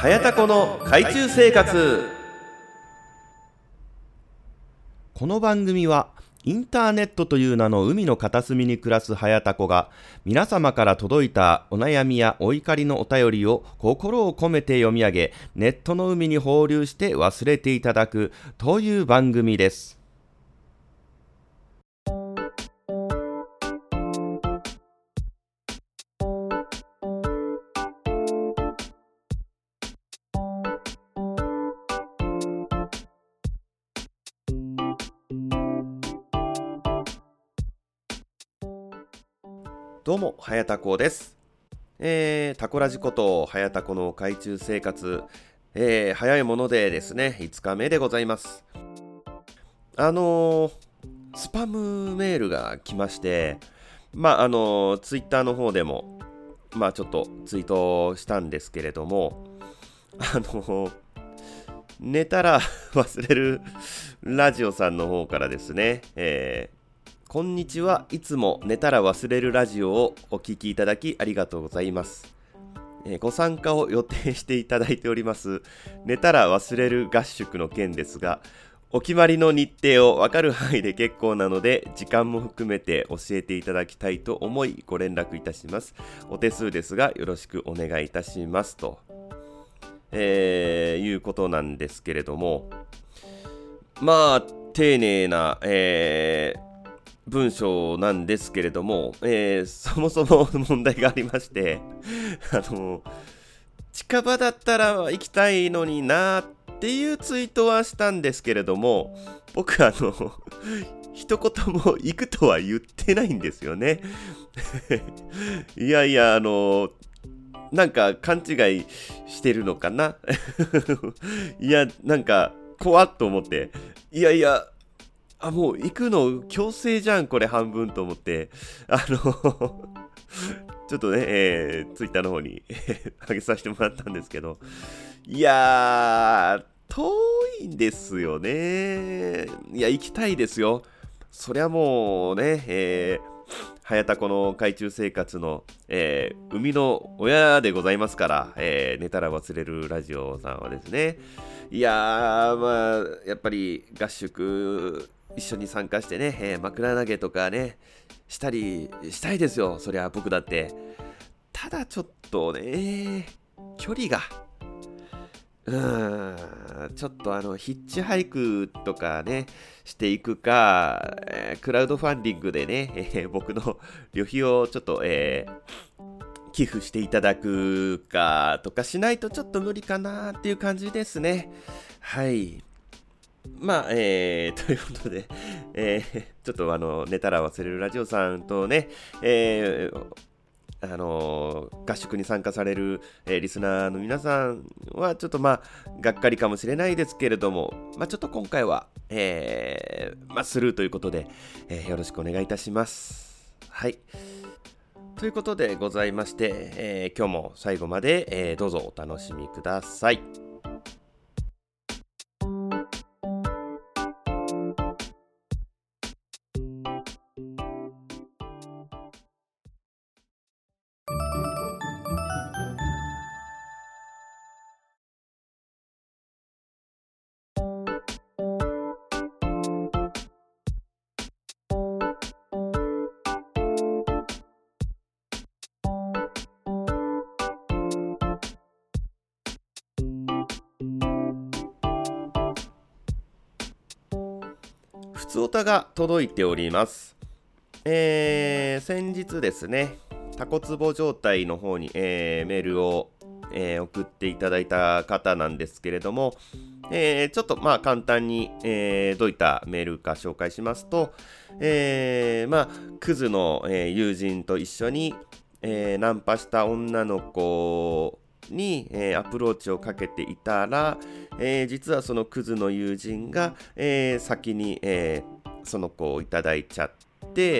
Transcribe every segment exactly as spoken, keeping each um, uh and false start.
はやたこの海中生活。この番組はインターネットという名の海の片隅に暮らすはやたこが、皆様から届いたお悩みやお怒りのお便りを心を込めて読み上げ、ネットの海に放流して忘れていただくという番組です。どうも、はやたこです。えー、タコラジことはやたこの海中生活、えー、早いものでですね、いつかめでございます。あのー、スパムメールが来まして、まあ、あのー、ツイッターの方でも、まあ、ちょっとツイートしたんですけれども、あのー、寝たら忘れるラジオさんの方からですね、えーこんにちは。いつも寝たら忘れるラジオをお聞きいただきありがとうございます。えーご参加を予定していただいております寝たら忘れる合宿の件ですが、お決まりの日程を分かる範囲で結構なので、時間も含めて教えていただきたいと思いご連絡いたします。お手数ですがよろしくお願いいたしますと、えー、いうことなんですけれども、まあ丁寧な、えー文章なんですけれども、えー、そもそも問題がありましてあの近場だったら行きたいのになっていうツイートはしたんですけれども、僕あの一言も行くとは言ってないんですよねいやいや、あのなんか勘違いしてるのかないや、なんか怖っと思って、いやいやあ、もう行くの強制じゃんこれ半分と思って、あのちょっとね、えー、ツイッターの方に上げさせてもらったんですけど、いやー遠いんですよね。いや行きたいですよ。そりゃもうね、えー、はやたこの海中生活の、えー、海の親でございますから、えー、寝たら忘れるラジオさんはですね、いやーまあやっぱり合宿一緒に参加してね、えー、枕投げとかねしたりしたいですよ。そりゃ僕だって。ただちょっとね、距離がうーんちょっとあのヒッチハイクとかねしていくか、えー、クラウドファンディングでね、えー、僕の旅費をちょっと、えー、寄付していただくかとかしないとちょっと無理かなっていう感じですね。はい。まあ、えー、ということで、えー、ちょっとあの、寝たら忘れるラジオさんとね、えー、あのー、合宿に参加される、えー、リスナーの皆さんはちょっとまあ、がっかりかもしれないですけれども、まあちょっと今回は、えー、まあスルーということで、えー、よろしくお願いいたします。はい。ということでございまして、えー、今日も最後まで、えー、どうぞお楽しみください。ふつおたが届いております。えー、先日ですね、タコツボ状態の方に、えー、メールを、えー、送っていただいた方なんですけれども、えー、ちょっとまあ簡単に、えー、どういったメールか紹介しますと、えー、まあクズの、えー、友人と一緒に、えー、ナンパした女の子に、えー、アプローチをかけていたら、えー、実はそのクズの友人が、えー、先に、えー、その子をいただいちゃって、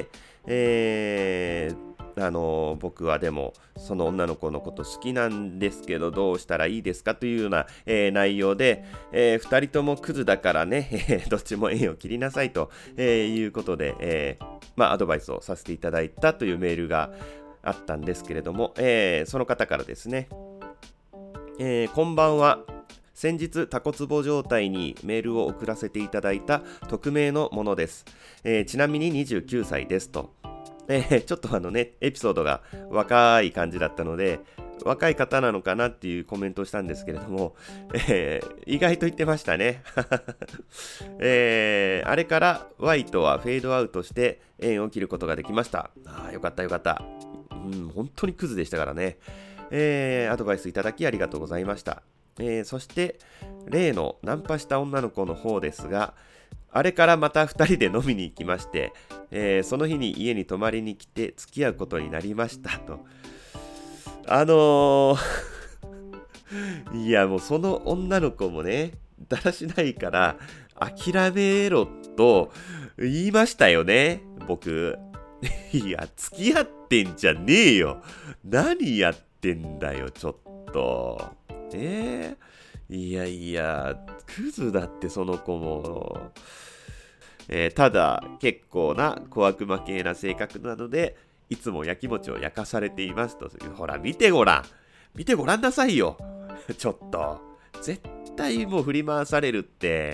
えー、あのー僕はでもその女の子のこと好きなんですけどどうしたらいいですかというような、えー内容で、えー、ふたりともクズだからね、えーどっちも縁を切りなさいと、えーいうことで、えーまあ、アドバイスをさせていただいたというメールがあったんですけれども、えーその方からですね、 えー、こんばんは。先日タコツボ状態にメールを送らせていただいた匿名のものです。えー、ちなみににじゅうきゅうさいですと。えー、ちょっとあのね、エピソードが若い感じだったので、若い方なのかなっていうコメントをしたんですけれども、えー、意外と言ってましたね。えー、あれから Y とはフェードアウトして縁を切ることができました。あー、よかったよかった。うん、本当にクズでしたからね。えー、アドバイスいただきありがとうございました。えー、そして例のナンパした女の子の方ですが、あれからまたふたりで飲みに行きまして、えー、その日に家に泊まりに来て付き合うことになりましたと。あのー、いやもうその女の子もね、だらしないから諦めろと言いましたよね、僕。いや、付き合ってんじゃねえよ。何やってんだよ、ちょっと。えー、いやいや、クズだってその子も。えー、ただ、結構な小悪魔系な性格なので、いつもやきもちを焼かされていますと。ほら、見てごらん。見てごらんなさいよ。ちょっと。絶対もう振り回されるって。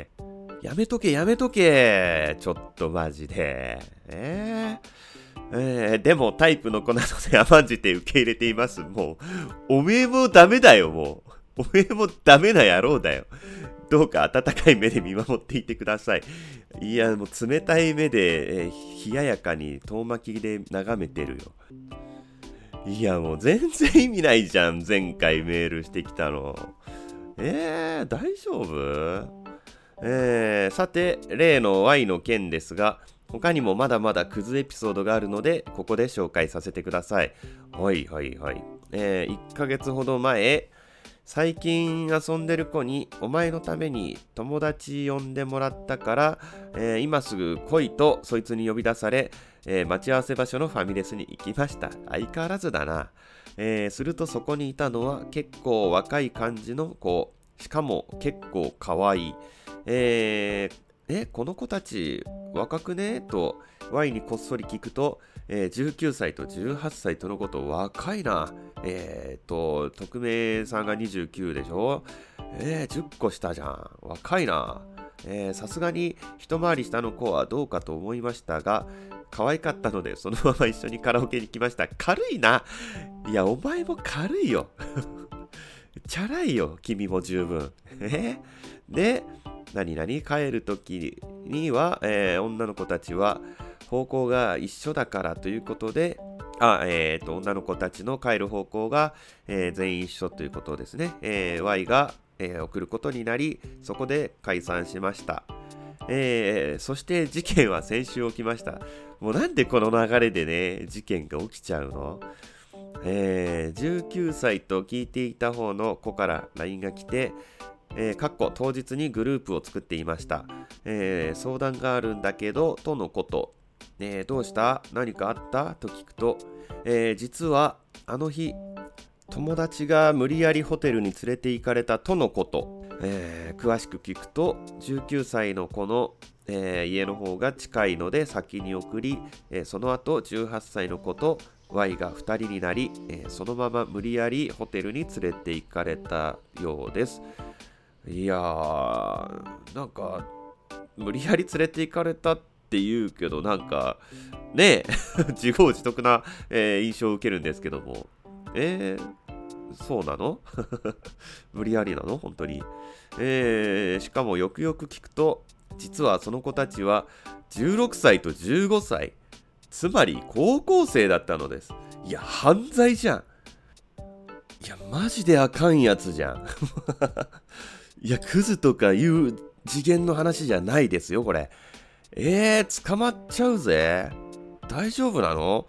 やめとけ、やめとけ。ちょっとマジで。えー、えー、でもタイプの子なので甘んじて受け入れています。もう、おめえもダメだよ、もう。おめえもダメな野郎だよ。どうか温かい目で見守っていてください。いや、もう冷たい目で、えー、冷ややかに遠巻きで眺めてるよ。いや、もう全然意味ないじゃん。前回メールしてきたの。えー、大丈夫？えー、さて、例の Y の件ですが、他にもまだまだクズエピソードがあるので、ここで紹介させてください。はいはいはい。えー、いっかげつほど前、最近遊んでる子にお前のために友達呼んでもらったから、えー、今すぐ来いとそいつに呼び出され、えー、待ち合わせ場所のファミレスに行きました。相変わらずだな。えー、するとそこにいたのは結構若い感じの子。しかも結構可愛い。えー、え、この子たち若くねと Y にこっそり聞くと、えー、じゅうきゅうさいとじゅうはっさいとのこと若いな。えーと、匿名さんがにじゅうきゅうでしょ。えー、じゅっこ下じゃん。若いな。えー、さすがに一回り下の子はどうかと思いましたが、可愛かったのでそのまま一緒にカラオケに来ました。軽いな。いや、お前も軽いよ。チャラいよ、君も十分。えー、で、何々帰るときには、えー、女の子たちは方向が一緒だからということで、あ、えーと、女の子たちの帰る方向が、えー、全員一緒ということですね。えー、Y が、えー、送ることになり、そこで解散しました。えー、そして事件は先週起きました。もうなんでこの流れでね、事件が起きちゃうの？えー、じゅうきゅうさいと聞いていた方の子から ライン が来て、えー、かっこ当日にグループを作っていました。えー、相談があるんだけど、とのこと。えー、どうした？何かあった？と聞くと、えー、実はあの日、友達が無理やりホテルに連れて行かれたとのこと。えー、詳しく聞くと、じゅうきゅうさいの子の、えー、家の方が近いので先に送り、えー、その後じゅうはっさいの子と Y がふたりになり、えー、そのまま無理やりホテルに連れて行かれたようです。いやー、なんか無理やり連れて行かれたって言うけど、なんかねえ自業自得な、えー、印象を受けるんですけども、えー、そうなの無理やりなの本当に、えー、しかもよくよく聞くと、実はその子たちはじゅうろくさいとじゅうごさい、つまり高校生だったのです。いや、犯罪じゃん。いや、マジであかんやつじゃん。いや、クズとかいう次元の話じゃないですよ、これ。えー、捕まっちゃうぜ。大丈夫なの？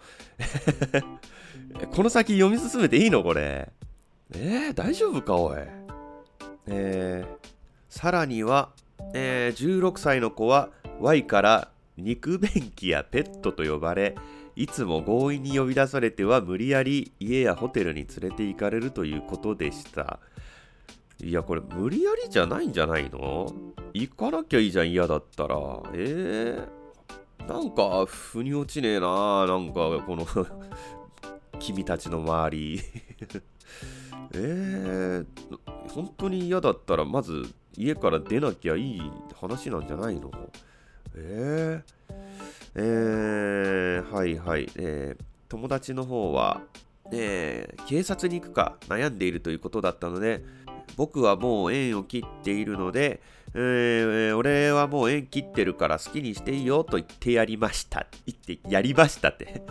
この先読み進めていいのこれ。えー、大丈夫かおい。えー、さらには、えー、じゅうろくさいの子は Y から肉便器やペットと呼ばれ、いつも強引に呼び出されては無理やり家やホテルに連れて行かれるということでした。いや、これ無理やりじゃないんじゃないの？行かなきゃいいじゃん、嫌だったら。えー、なんか腑に落ちねえな。なんかこの君たちの周りえー、本当に嫌だったらまず家から出なきゃいい話なんじゃないの？えー、えー、はいはい、えー、友達の方は、えー、警察に行くか悩んでいるということだったので、僕はもう縁を切っているので、えー、俺はもう縁切ってるから好きにしていいよと言ってやりました言ってやりましたって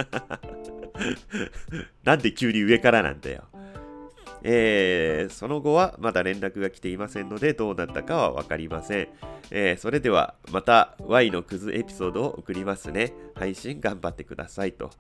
なんで急に上からなんだよ。えー、その後はまだ連絡が来ていませんのでどうなったかは分かりません。えー、それではまた Y のクズエピソードを送りますね。配信頑張ってくださいと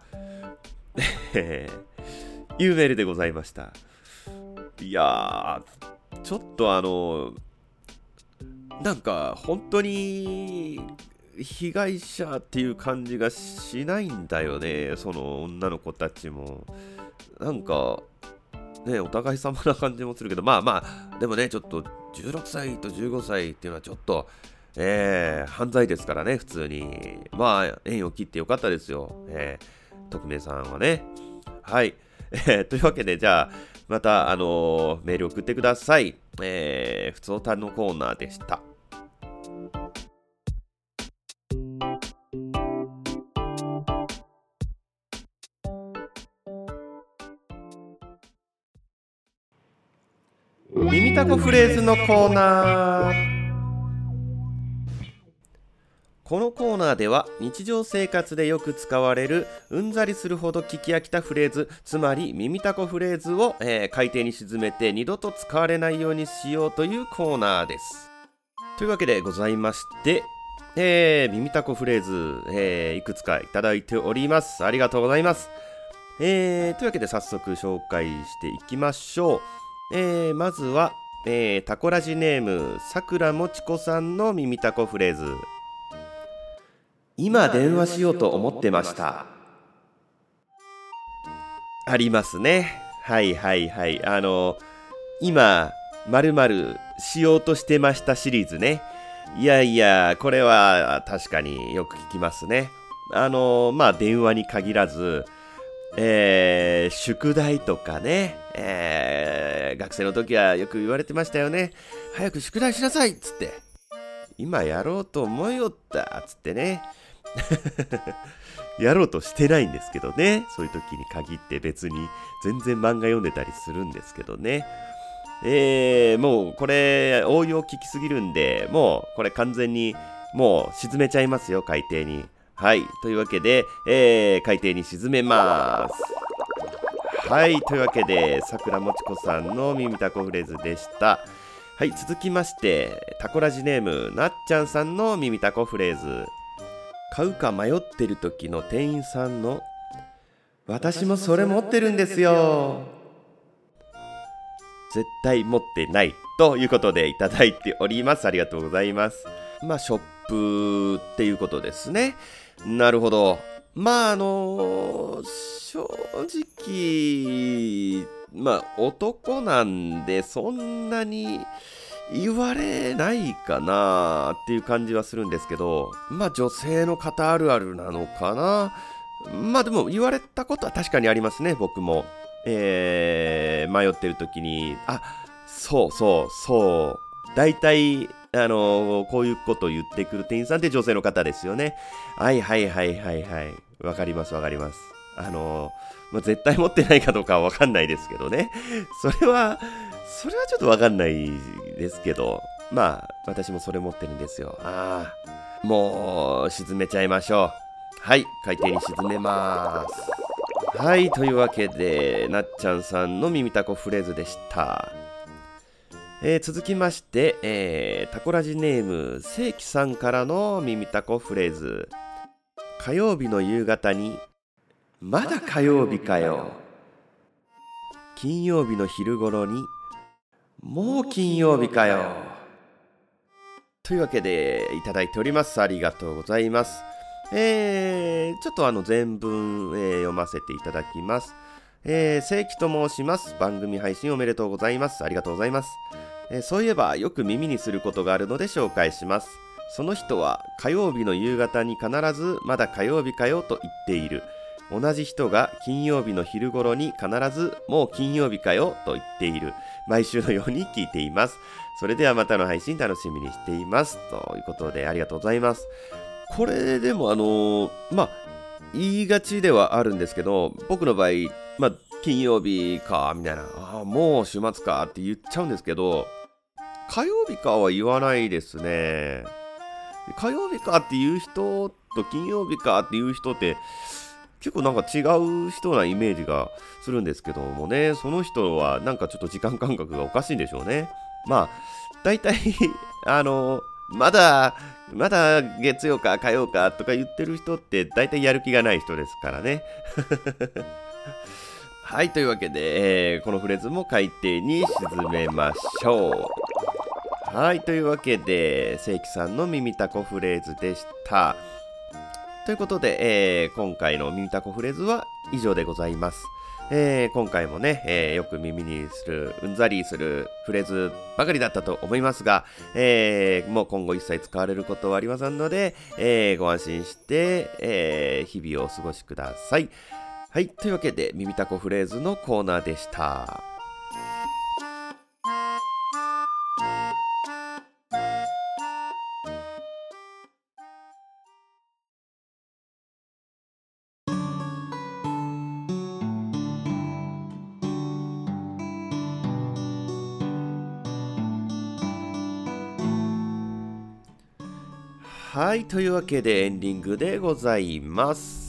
いうメールでございました。いやー、ちょっとあのなんか本当に被害者っていう感じがしないんだよね。その女の子たちもなんかね、お互い様な感じもするけど、まあまあでもね、ちょっとじゅうろくさいとじゅうごさいっていうのはちょっと、えー、犯罪ですからね。普通にまあ縁を切ってよかったですよ、えー、匿名さんはね。はい、えー、というわけでじゃあまた、あのー、メール送ってください。えー、ふつおたのコーナーでした。耳たこフレーズのコーナー。このコーナーでは日常生活でよく使われるうんざりするほど聞き飽きたフレーズ、つまり耳たこフレーズを、えー、海底に沈めて二度と使われないようにしようというコーナーです。というわけでございまして、えー、耳たこフレーズ、えー、いくつかいただいております。ありがとうございます。えー、というわけで早速紹介していきましょう。えー、まずは、えー、タコラジネームさくらもちこさんの耳たこフレーズ。今電話しようと思ってました。ありますね。はいはいはい。あの今〇〇しようとしてましたシリーズね。いやいや、これは確かによく聞きますね。あのまあ電話に限らず、えー、宿題とかね、えー、学生の時はよく言われてましたよね。早く宿題しなさいっつって、今やろうと思いよったっつってねやろうとしてないんですけどね。そういう時に限って別に全然漫画読んでたりするんですけどね。えー、もうこれ応用聞きすぎるんで、もうこれ完全にもう沈めちゃいますよ、海底に。はい、というわけで、えー、海底に沈めます。はい、というわけでさくらもちこさんの耳たこフレーズでした。はい、続きましてタコラジネームなっちゃんさんの耳たこフレーズ。買うか迷ってる時の店員さんの私もそれ持ってるんですよ。絶対持ってないということでいただいております。ありがとうございます。まあショップっていうことですね。なるほど。まああの正直まあ男なんでそんなに言われないかなっていう感じはするんですけど、まあ女性の方あるあるなのかな。まあでも言われたことは確かにありますね。僕も、えー、迷ってる時に、あ、そうそうそう、大体あのー、こういうことを言ってくる店員さんって女性の方ですよね。はいはいはいはいはい、わかりますわかります。あのーまあ、絶対持ってないかどうかはわかんないですけどね。それはそれはちょっとわかんないですけど、まあ私もそれ持ってるんですよ。ああ、もう沈めちゃいましょう。はい、海底に沈めます。はい、というわけでなっちゃんさんの耳たこフレーズでした。えー、続きまして、えー、タコラジネームせいきさんからの耳たこフレーズ。火曜日の夕方にまだ火曜日かよ。金曜日の昼頃にもう金曜日かよ。というわけでいただいております。ありがとうございます。えー、ちょっとあの全文、えー、読ませていただきます。えー、正規と申します。番組配信おめでとうございます。ありがとうございます。えー、そういえばよく耳にすることがあるので紹介します。その人は火曜日の夕方に必ずまだ火曜日かよと言っている。 同じ人が金曜日の昼頃に必ずもう金曜日かよと言っている。毎週のように聞いています。それではまたの配信楽しみにしています。ということでありがとうございます。これでもあのー、まあ言いがちではあるんですけど、僕の場合、まあ金曜日かみたいな、あもう週末かって言っちゃうんですけど、火曜日かは言わないですね。火曜日かっていう人と金曜日かっていう人って結構なんか違う人なイメージがするんですけどもね、その人はなんかちょっと時間感覚がおかしいんでしょうね。まあ大体あのまだまだ月曜か火曜かとか言ってる人って大体やる気がない人ですからね。はい、というわけで、えー、このフレーズも海底に沈めましょう。はい、というわけで正規さんの耳たこフレーズでした。ということで、えー、今回の耳たこフレーズは以上でございます。えー、今回もね、えー、よく耳にするうんざりするフレーズばかりだったと思いますが、えー、もう今後一切使われることはありませんので、えー、ご安心して、えー、日々をお過ごしください。はい、というわけで耳たこフレーズのコーナーでした。はい、というわけでエンディングでございます。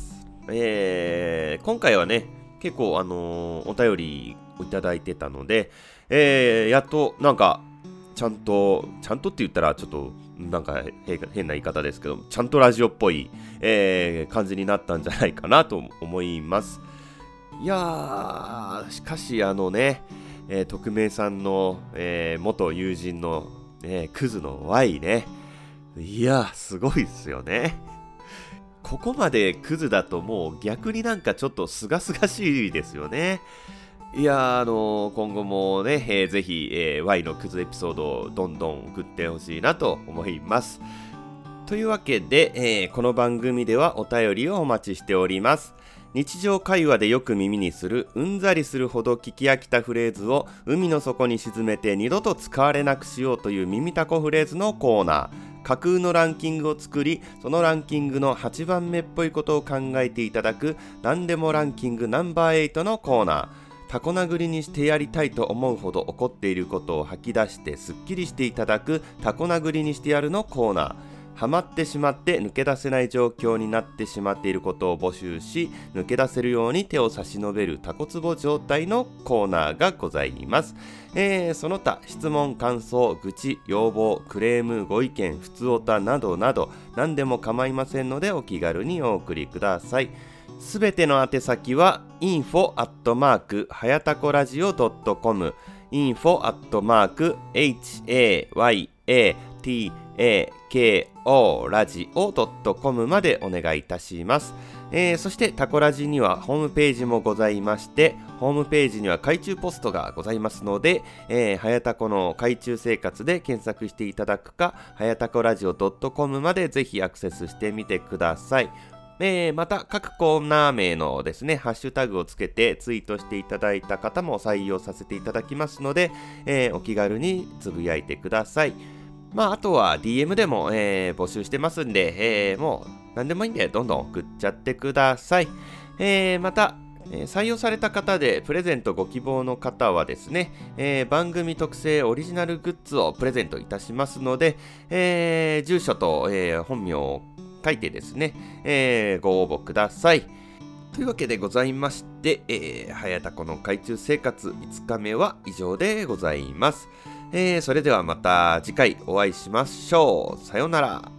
えー、今回はね、結構あのー、お便りをいただいてたので、えー、やっとなんかちゃんとちゃんとって言ったらちょっとなんか変な言い方ですけど、ちゃんとラジオっぽい、えー、感じになったんじゃないかなと思います。いやー、しかしあのね、えー、匿名さんの、えー、元友人の、えー、クズの Y ね。いや、すごいっすよね。ここまでクズだともう逆になんかちょっとすがすがしいですよね。いや、あのー、今後もね、えー、ぜひ、えー、Y のクズエピソードをどんどん送ってほしいなと思います。というわけで、えー、この番組ではお便りをお待ちしております。日常会話でよく耳にするうんざりするほど聞き飽きたフレーズを海の底に沈めて二度と使われなくしようという耳たこフレーズのコーナー。架空のランキングを作り、そのランキングのはちばんめっぽいことを考えていただく何でもランキングナンバーエイトのコーナー。タコ殴りにしてやりたいと思うほど怒っていることを吐き出してすっきりしていただくタコ殴りにしてやるのコーナー。ハマってしまって抜け出せない状況になってしまっていることを募集し、抜け出せるように手を差し伸べるタコツボ状態のコーナーがございます。えー、その他質問、感想、愚痴、要望、クレーム、ご意見、ふつおたなどなど何でも構いませんのでお気軽にお送りください。すべての宛先は インフォ アットマーク はやたこラジオ ドットコム インフォ アットマーク エイチ エー ワイ エー ティー エー ケー オー ラジオ ドットコム までお願いいたします。えー、そしてタコラジにはホームページもございまして、ホームページには海中ポストがございますので、えー、はやたこの海中生活で検索していただくか、はやたこラジオ ドットコム までぜひアクセスしてみてください。えー、また各コーナー名のですねハッシュタグをつけてツイートしていただいた方も採用させていただきますので、えー、お気軽につぶやいてください。まああとは ディーエム でも、えー、募集してますんで、えー、もう何でもいいんでどんどん送っちゃってください。えー、またえー、採用された方でプレゼントご希望の方はですね、えー、番組特製オリジナルグッズをプレゼントいたしますので、えー、住所と、えー、本名を書いてですね、えー、ご応募ください。というわけでございまして、えー、はやたこの海中生活いつかめは以上でございます。えー、それではまた次回お会いしましょう。さようなら。